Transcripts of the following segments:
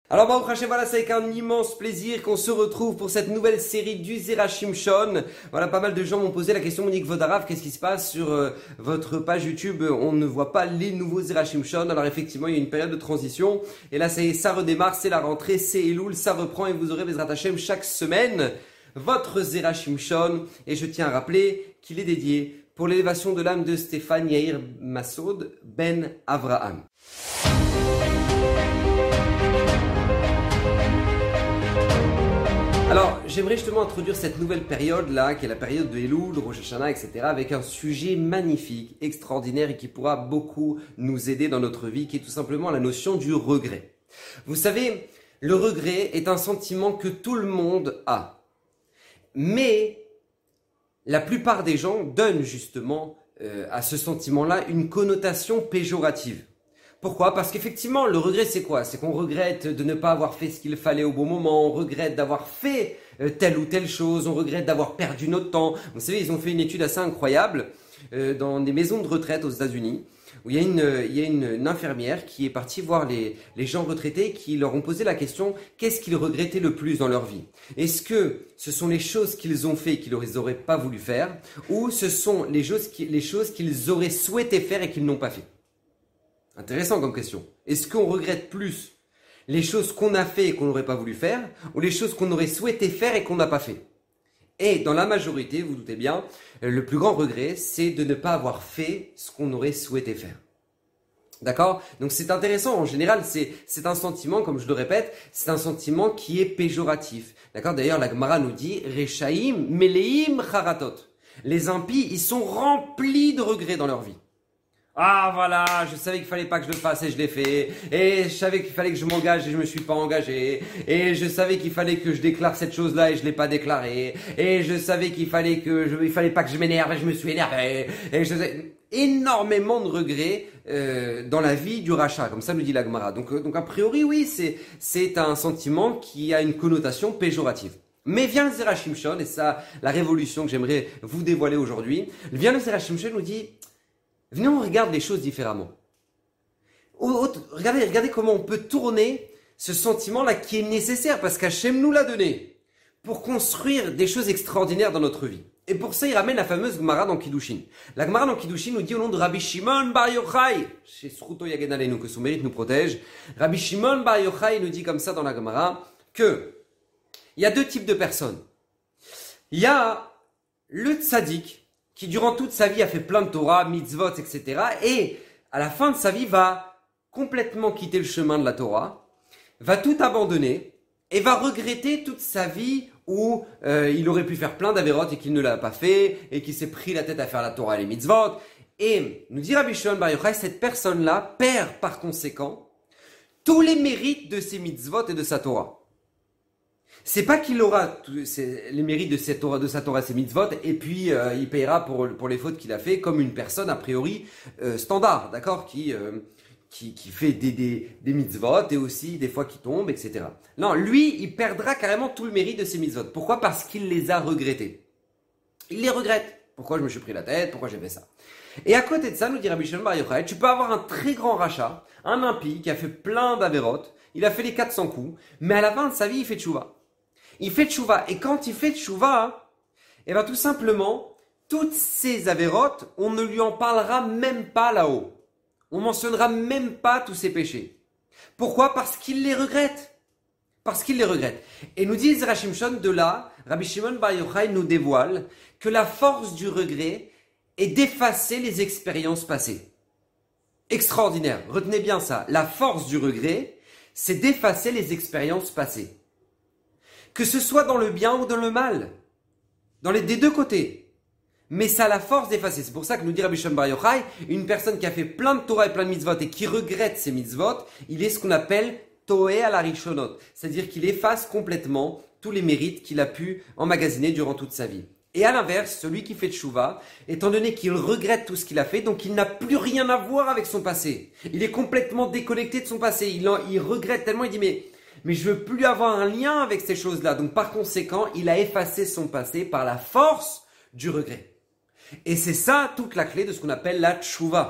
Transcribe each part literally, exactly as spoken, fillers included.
Alors Baruch Hashem, voilà, c'est avec un immense plaisir qu'on se retrouve pour cette nouvelle série du Zera Shimshon. Voilà, pas mal de gens m'ont posé la question, Monique Vodarav, qu'est-ce qui se passe sur euh, votre page YouTube? On ne voit pas les nouveaux Zera Shimshon. Alors effectivement, il y a une période de transition. Et là, ça, y est, ça redémarre, c'est la rentrée, c'est Elul, ça reprend et vous aurez Bezrat Hashem chaque semaine votre Zera Shimshon. Et je tiens à rappeler qu'il est dédié pour l'élévation de l'âme de Stéphane Yair Massoud Ben Avraham. Alors, j'aimerais justement introduire cette nouvelle période-là, qui est la période de Elul, Rosh Hashanah, et cetera, avec un sujet magnifique, extraordinaire et qui pourra beaucoup nous aider dans notre vie, qui est tout simplement la notion du regret. Vous savez, le regret est un sentiment que tout le monde a. Mais la plupart des gens donnent justement euh, à ce sentiment-là une connotation péjorative. Pourquoi? Parce qu'effectivement, le regret, c'est quoi? C'est qu'on regrette de ne pas avoir fait ce qu'il fallait au bon moment, on regrette d'avoir fait euh, telle ou telle chose, on regrette d'avoir perdu notre temps. Vous savez, ils ont fait une étude assez incroyable euh, dans des maisons de retraite aux États-Unis, où il y a une, il y a une, une infirmière qui est partie voir les, les gens retraités, qui leur ont posé la question, qu'est-ce qu'ils regrettaient le plus dans leur vie? Est-ce que ce sont les choses qu'ils ont fait et qu'ils n'auraient pas voulu faire, ou ce sont les choses, qui, les choses qu'ils auraient souhaité faire et qu'ils n'ont pas fait? Intéressant comme question. Est-ce qu'on regrette plus les choses qu'on a fait et qu'on n'aurait pas voulu faire, ou les choses qu'on aurait souhaité faire et qu'on n'a pas fait? Et dans la majorité, vous, vous doutez bien, le plus grand regret, c'est de ne pas avoir fait ce qu'on aurait souhaité faire. D'accord? Donc c'est intéressant. En général, c'est, c'est un sentiment, comme je le répète, c'est un sentiment qui est péjoratif. D'accord? D'ailleurs, la Gemara nous dit, Rechaim, Meleim, Charatot. Les impies, ils sont remplis de regrets dans leur vie. Ah voilà, je savais qu'il fallait pas que je le fasse et je l'ai fait. Et je savais qu'il fallait que je m'engage et je me suis pas engagé. Et je savais qu'il fallait que je déclare cette chose-là et je l'ai pas déclaré. Et je savais qu'il fallait que je, il fallait pas que je m'énerve et je me suis énervé. Et je sais, énormément de regrets euh, dans la vie du rachat, comme ça nous dit la Gemara. Donc, donc a priori, oui, c'est c'est un sentiment qui a une connotation péjorative. Mais vient le Zera Shimshon, et ça, la révolution que j'aimerais vous dévoiler aujourd'hui. Vient le Zera Shimshon, nous dit. Venez, on regarde les choses différemment. Regardez, regardez comment on peut tourner ce sentiment-là qui est nécessaire parce qu'Hachem nous l'a donné pour construire des choses extraordinaires dans notre vie. Et pour ça, il ramène la fameuse Gemara dans Kiddushin. La Gemara dans Kiddushin nous dit au nom de Rabbi Shimon Bar Yochai, chez Sruto Yagen Aleinu, que son mérite nous protège, Rabbi Shimon Bar Yochai nous dit comme ça dans la Gemara que il y a deux types de personnes. Il y a le tzaddik, qui durant toute sa vie a fait plein de Torah, mitzvot, et cetera. Et à la fin de sa vie va complètement quitter le chemin de la Torah, va tout abandonner et va regretter toute sa vie où euh, il aurait pu faire plein d'avérotes et qu'il ne l'a pas fait et qu'il s'est pris la tête à faire la Torah et les mitzvot. Et nous dit Rabbi Shimon Bar Yochai, cette personne-là perd par conséquent tous les mérites de ses mitzvot et de sa Torah. C'est pas qu'il aura tous les mérites de, cette Torah, de sa Torah, ses mitzvot, et puis euh, il payera pour, pour les fautes qu'il a fait comme une personne a priori euh, standard, d'accord, qui, euh, qui, qui fait des, des, des mitzvot et aussi des fois qui tombe, et cetera. Non, lui, il perdra carrément tout le mérite de ses mitzvot. Pourquoi? Parce qu'il les a regrettés. Il les regrette. Pourquoi je me suis pris la tête? Pourquoi j'ai fait ça? Et à côté de ça, nous dit Rabbi Shimon Bar Yochai, tu peux avoir un très grand rachat, un impie qui a fait plein d'avérotes, il a fait les quatre cents coups, mais à la fin de sa vie, il fait tchouva. Il fait tchouva. Et quand il fait tchouva, eh ben tout simplement, toutes ces avérotes, on ne lui en parlera même pas là-haut. On mentionnera même pas tous ses péchés. Pourquoi? Parce qu'il les regrette. Parce qu'il les regrette. Et nous dit Zera Shimshon, de là, Rabbi Shimon Bar Yochai nous dévoile que la force du regret est d'effacer les expériences passées. Extraordinaire. Retenez bien ça. La force du regret, c'est d'effacer les expériences passées. Que ce soit dans le bien ou dans le mal. Dans les des deux côtés. Mais ça a la force d'effacer. C'est pour ça que nous dit Rabbi Shimon Bar Yochai, une personne qui a fait plein de Torah et plein de mitzvot et qui regrette ses mitzvot, il est ce qu'on appelle Toé à la Rishonot. C'est-à-dire qu'il efface complètement tous les mérites qu'il a pu emmagasiner durant toute sa vie. Et à l'inverse, celui qui fait tchouva, étant donné qu'il regrette tout ce qu'il a fait, donc il n'a plus rien à voir avec son passé. Il est complètement déconnecté de son passé. Il, en, il regrette tellement, il dit mais... Mais je veux plus avoir un lien avec ces choses-là. Donc par conséquent, il a effacé son passé par la force du regret. Et c'est ça toute la clé de ce qu'on appelle la tchouva.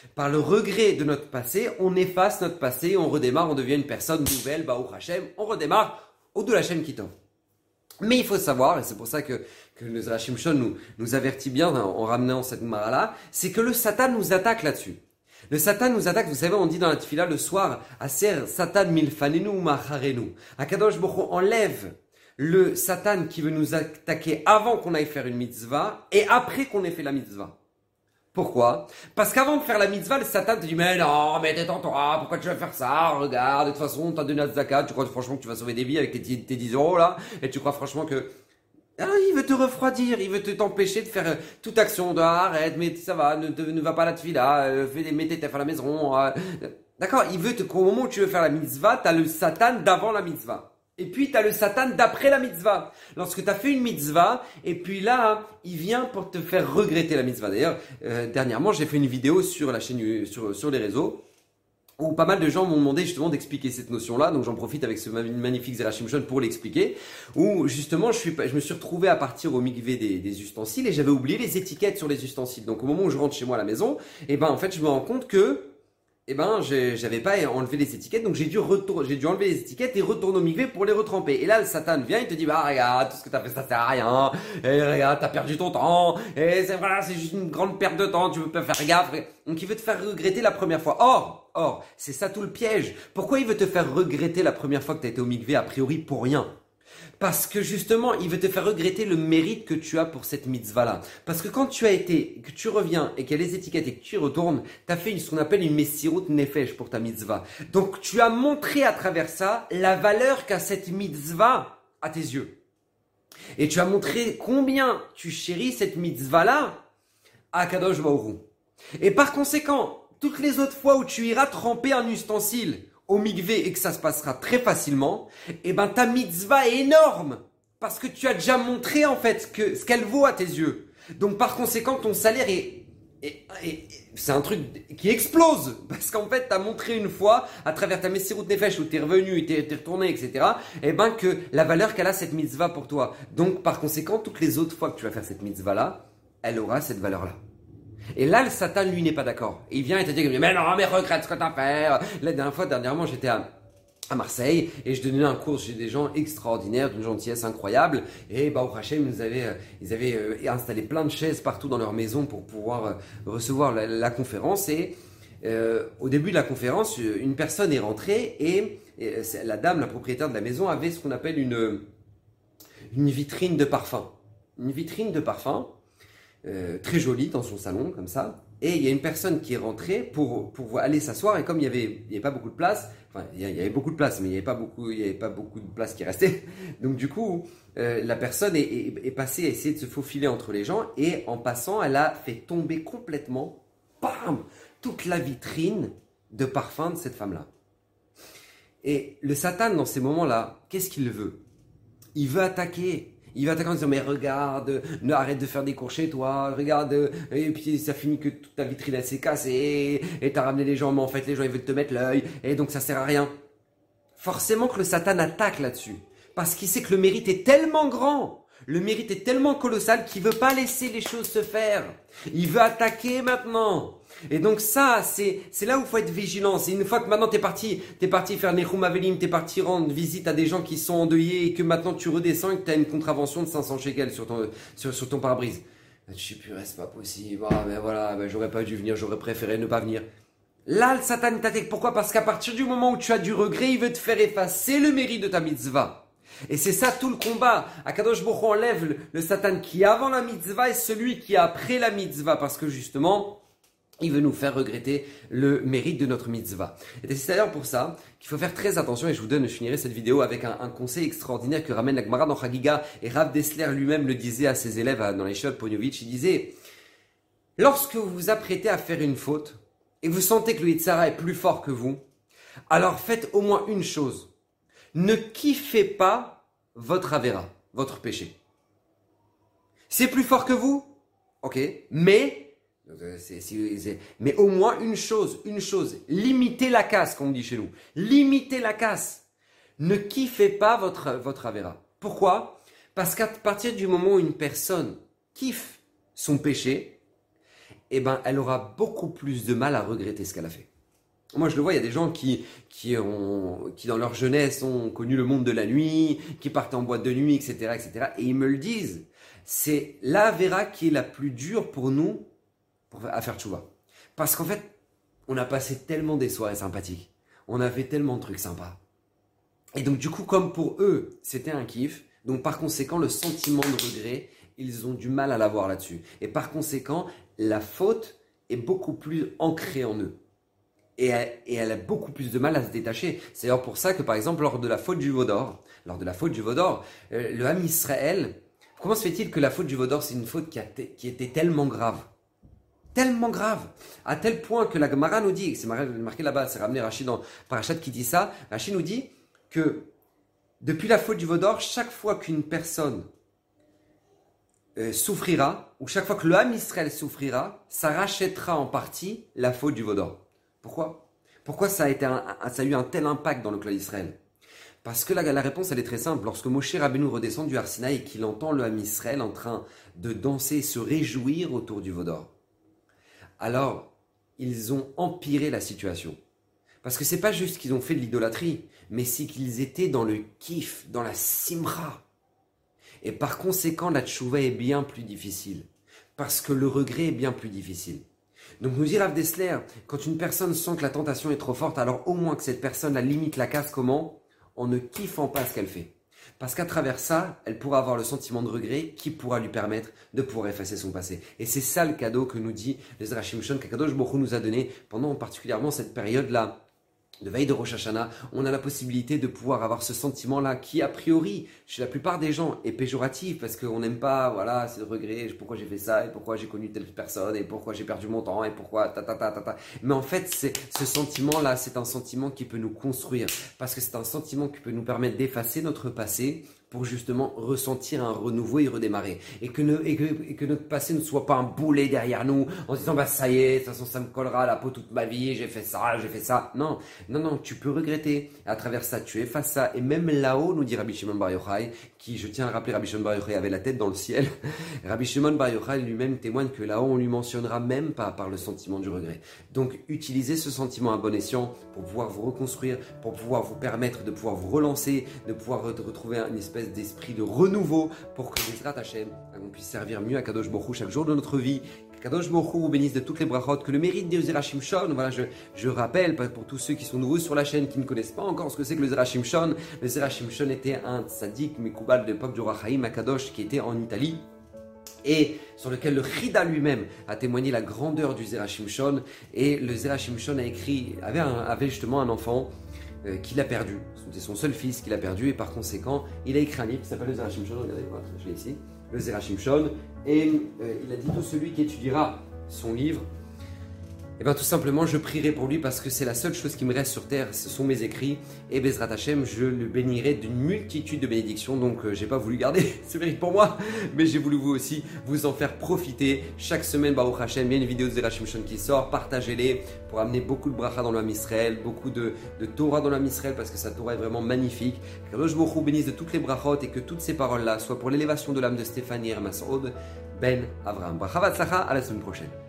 Par le regret de notre passé, on efface notre passé, on redémarre, on devient une personne nouvelle, Baruch Hashem, on redémarre au de Hashem Kitov. Mais il faut savoir, et c'est pour ça que, que le Zera Shimshon nous, nous avertit bien en, en ramenant cette Gemara-là, c'est que le Satan nous attaque là-dessus. Le Satan nous attaque, vous savez, on dit dans la Tefila le soir, Aser Satan milfanenu macharenu. Akadosh Baruch Hu enlève le Satan qui veut nous attaquer avant qu'on aille faire une mitzvah et après qu'on ait fait la mitzvah. Pourquoi? Parce qu'avant de faire la mitzvah, le Satan te dit, mais non, mais détends-toi, pourquoi tu vas faire ça? Regarde, de toute façon, t'as donné la zakat, tu crois franchement que tu vas sauver des vies avec tes, tes dix euros là, et tu crois franchement que, ah, il veut te refroidir, il veut te t'empêcher de faire euh, toute action, de, ah, arrête, mais ça va, ne, ne, ne va pas à la tefila, euh, fais des, mets tes tefs à la maison, euh, d'accord, il veut te, qu'au moment où tu veux faire la mitzvah, t'as le Satan d'avant la mitzvah. Et puis, tu as le Satan d'après la mitzvah. Lorsque tu as fait une mitzvah, et puis là, il vient pour te faire regretter la mitzvah. D'ailleurs, euh, dernièrement, j'ai fait une vidéo sur la chaîne, sur, sur les réseaux, où pas mal de gens m'ont demandé justement d'expliquer cette notion-là. Donc, j'en profite avec ce magnifique Zera Shimshon pour l'expliquer. Où, justement, je, suis, je me suis retrouvé à partir au mikvé des, des ustensiles et j'avais oublié les étiquettes sur les ustensiles. Donc, au moment où je rentre chez moi à la maison, et ben, en fait, je me rends compte que eh ben, j'avais pas enlevé les étiquettes, donc j'ai dû retourner, j'ai dû enlever les étiquettes et retourner au mikvé pour les retremper. Et là, le Satan vient, il te dit, bah, regarde, tout ce que t'as fait, ça sert à rien. Et regarde, t'as perdu ton temps. Et c'est voilà, c'est juste une grande perte de temps, tu veux pas faire gaffe. Donc, il veut te faire regretter la première fois. Or, or, c'est ça tout le piège. Pourquoi il veut te faire regretter la première fois que t'as été au mikvé, a priori, pour rien? Parce que justement, il veut te faire regretter le mérite que tu as pour cette mitzvah-là. Parce que quand tu as été, que tu reviens et qu'il y a les étiquettes et que tu y retournes, tu as fait ce qu'on appelle une messirut nefesh pour ta mitzvah. Donc tu as montré à travers ça la valeur qu'a cette mitzvah à tes yeux. Et tu as montré combien tu chéris cette mitzvah-là à Kadosh Baruch Hu. Et par conséquent, toutes les autres fois où tu iras tremper un ustensile au mikvé et que ça se passera très facilement, et ben ta mitzvah est énorme parce que tu as déjà montré en fait que ce qu'elle vaut à tes yeux. Donc par conséquent ton salaire est, est, est c'est un truc qui explose parce qu'en fait tu as montré une fois à travers ta messirut nefesh où tu es revenu, tu es retourné, et cetera. Et ben que la valeur qu'elle a cette mitzvah pour toi. Donc par conséquent toutes les autres fois que tu vas faire cette mitzvah là, elle aura cette valeur là. Et là, le Satan, lui, n'est pas d'accord. Il vient et te dit, mais non, mais regrette ce que t'as fait. La dernière fois, dernièrement, j'étais à, à Marseille et je donnais un cours chez des gens extraordinaires, d'une gentillesse incroyable. Et bah, au Hachem, ils avaient, ils avaient euh, installé plein de chaises partout dans leur maison pour pouvoir euh, recevoir la, la conférence. Et euh, au début de la conférence, une personne est rentrée et, et la dame, la propriétaire de la maison, avait ce qu'on appelle une, une vitrine de parfum. Une vitrine de parfum. Euh, très jolie dans son salon comme ça, et il y a une personne qui est rentrée pour, pour aller s'asseoir, et comme il y avait, il y avait pas beaucoup de place, enfin il y avait beaucoup de place mais il n'y avait pas beaucoup, il y avait pas beaucoup de place qui restait, donc du coup euh, la personne est, est, est passée à essayer de se faufiler entre les gens, et en passant elle a fait tomber complètement bam, toute la vitrine de parfum de cette femme-là. Et le Satan dans ces moments-là, qu'est-ce qu'il veut? Il veut attaquer. Il va attaquer en disant, mais regarde, ne arrête de faire des cours chez toi, regarde, et puis ça finit que toute ta vitrine elle s'est cassée, et t'as ramené les gens, mais en fait les gens ils veulent te mettre l'œil, et donc ça sert à rien. Forcément que le Satan attaque là-dessus, parce qu'il sait que le mérite est tellement grand, le mérite est tellement colossal qu'il veut pas laisser les choses se faire. Il veut attaquer maintenant. Et donc ça, c'est, c'est là où il faut être vigilant. C'est une fois que maintenant t'es parti, t'es parti faire Nechum Avelim, t'es parti rendre visite à des gens qui sont endeuillés, et que maintenant tu redescends et que t'as une contravention de cinq cents shekels sur ton, sur, sur ton pare-brise. Je sais plus, c'est pas possible. Ah, ben voilà, ben j'aurais pas dû venir, j'aurais préféré ne pas venir. Là, le Satan t'attaque. Pourquoi? Parce qu'à partir du moment où tu as du regret, il veut te faire effacer le mérite de ta mitzvah. Et c'est ça tout le combat. Akadosh Baruch Hu enlève le, le Satan qui est avant la mitzvah et celui qui est après la mitzvah, parce que justement, il veut nous faire regretter le mérite de notre mitzvah. Et c'est d'ailleurs pour ça qu'il faut faire très attention, et je vous donne, je finirai cette vidéo avec un, un conseil extraordinaire que ramène la Gemara dans Chagiga, et Rav Dessler lui-même le disait à ses élèves dans les Shot Ponyovitch. Il disait, lorsque vous vous apprêtez à faire une faute, et que vous sentez que le Yetzer Hara est plus fort que vous, alors faites au moins une chose. Ne kiffez pas votre avéra, votre péché. C'est plus fort que vous? Ok. Mais, c'est, c'est, c'est, mais au moins une chose, une chose. Limitez la casse, comme on dit chez nous. Limitez la casse. Ne kiffez pas votre, votre avéra. Pourquoi? Parce qu'à partir du moment où une personne kiffe son péché, eh ben, elle aura beaucoup plus de mal à regretter ce qu'elle a fait. Moi, je le vois, il y a des gens qui, qui, ont, qui, dans leur jeunesse, ont connu le monde de la nuit, qui partent en boîte de nuit, et cetera, et cetera. Et ils me le disent. C'est la Avera qui est la plus dure pour nous pour, à faire tchouva. Parce qu'en fait, on a passé tellement des soirées sympathiques. On a fait tellement de trucs sympas. Et donc, du coup, comme pour eux, c'était un kiff. Donc, par conséquent, le sentiment de regret, ils ont du mal à l'avoir là-dessus. Et par conséquent, la faute est beaucoup plus ancrée en eux. Et elle, et elle a beaucoup plus de mal à se détacher. C'est d'ailleurs pour ça que, par exemple, lors de la faute du veau d'or, lors de la faute du veau d'or, euh, le Ham Israël, comment se fait-il que la faute du veau d'or, c'est une faute qui, a t- qui était tellement grave, tellement grave, à tel point que la Gemara nous dit, c'est marqué là-bas, c'est ramené Rachid dans Parashat qui dit ça, Rachid nous dit que depuis la faute du veau d'or, chaque fois qu'une personne euh, souffrira, ou chaque fois que le Ham Israël souffrira, ça rachètera en partie la faute du veau d'or. Pourquoi Pourquoi ça a, été un, ça a eu un tel impact dans le clan d'Israël? Parce que la, la réponse, elle est très simple. Lorsque Moshe Rabbeinu redescend du Har Sinaï et qu'il entend le Ham Israël en train de danser et se réjouir autour du veau d'or, alors ils ont empiré la situation. Parce que c'est pas juste qu'ils ont fait de l'idolâtrie, mais c'est qu'ils étaient dans le kiff, dans la simra. Et par conséquent, la tchouva est bien plus difficile. Parce que le regret est bien plus difficile. Donc nous dit Rav Dessler, quand une personne sent que la tentation est trop forte, alors au moins que cette personne la limite, la casse comment? En ne kiffant pas ce qu'elle fait. Parce qu'à travers ça, elle pourra avoir le sentiment de regret qui pourra lui permettre de pouvoir effacer son passé. Et c'est ça le cadeau que nous dit le Zera Shimshon, qu'Akadosh Baruch Hu nous a donné pendant particulièrement cette période-là de veille de Rosh Hashanah. On a la possibilité de pouvoir avoir ce sentiment-là qui, a priori, chez la plupart des gens, est péjoratif parce qu'on n'aime pas, voilà, c'est le regret, pourquoi j'ai fait ça, et pourquoi j'ai connu telle personne, et pourquoi j'ai perdu mon temps, et pourquoi ta ta ta ta ta. Mais en fait, c'est, ce sentiment-là, c'est un sentiment qui peut nous construire parce que c'est un sentiment qui peut nous permettre d'effacer notre passé pour justement ressentir un renouveau et redémarrer. Et que, ne, et, que, et que notre passé ne soit pas un boulet derrière nous en se disant bah ça y est, de toute façon ça me collera à la peau toute ma vie, j'ai fait ça, j'ai fait ça. Non, non, non, tu peux regretter. À travers ça, tu effaces ça. Et même là-haut, nous dit Rabbi Shimon Bar Yochai, qui, je tiens à rappeler, Rabbi Shimon Bar Yochai avait la tête dans le ciel. Rabbi Shimon Bar Yochai lui-même témoigne que là-haut, on lui mentionnera même pas par le sentiment du regret. Donc, utilisez ce sentiment à bon escient pour pouvoir vous reconstruire, pour pouvoir vous permettre de pouvoir vous relancer, de pouvoir retrouver une espèce d'esprit de renouveau pour que Bezrat Hashem, on puisse servir mieux à Kadosh Baruch Hu chaque jour de notre vie. Que Kadosh Baruch Hu vous bénisse de toutes les brachot, que le mérite des Zera Shimshon, voilà, je, je rappelle pour tous ceux qui sont nouveaux sur la chaîne, qui ne connaissent pas encore ce que c'est que le Zera Shimshon, le Zera Shimshon était un tzaddik Mekoubal de l'époque du Roi Chaim Akadosh qui était en Italie, et sur lequel le Chida lui-même a témoigné la grandeur du Zera Shimshon. Et le Zera Shimshon a écrit, avait, un, avait justement un enfant euh, qu'il a perdu. C'était son seul fils qu'il a perdu, et par conséquent, il a écrit un livre qui s'appelle le Zera Shimshon. Regardez, voilà, je l'ai ici, le Zera Shimshon. Et euh, il a dit tout celui qui étudiera son livre, et bien tout simplement je prierai pour lui parce que c'est la seule chose qui me reste sur terre, ce sont mes écrits, et Bezrat Hashem je le bénirai d'une multitude de bénédictions. Donc euh, j'ai pas voulu garder ce mérite pour moi, mais j'ai voulu vous aussi vous en faire profiter. Chaque semaine Baruch Hashem, il y a une vidéo de Zera Shimshon qui sort, partagez-les pour amener beaucoup de bracha dans le Ham Israël, beaucoup de, de Torah dans le Ham Israël, parce que sa Torah est vraiment magnifique. Que Kadosh Baruch Hu bénisse de toutes les brachot et que toutes ces paroles là soient pour l'élévation de l'âme de Stéphanie et Masoud Ben Avraham. Bracha Vatzlacha, à la semaine prochaine.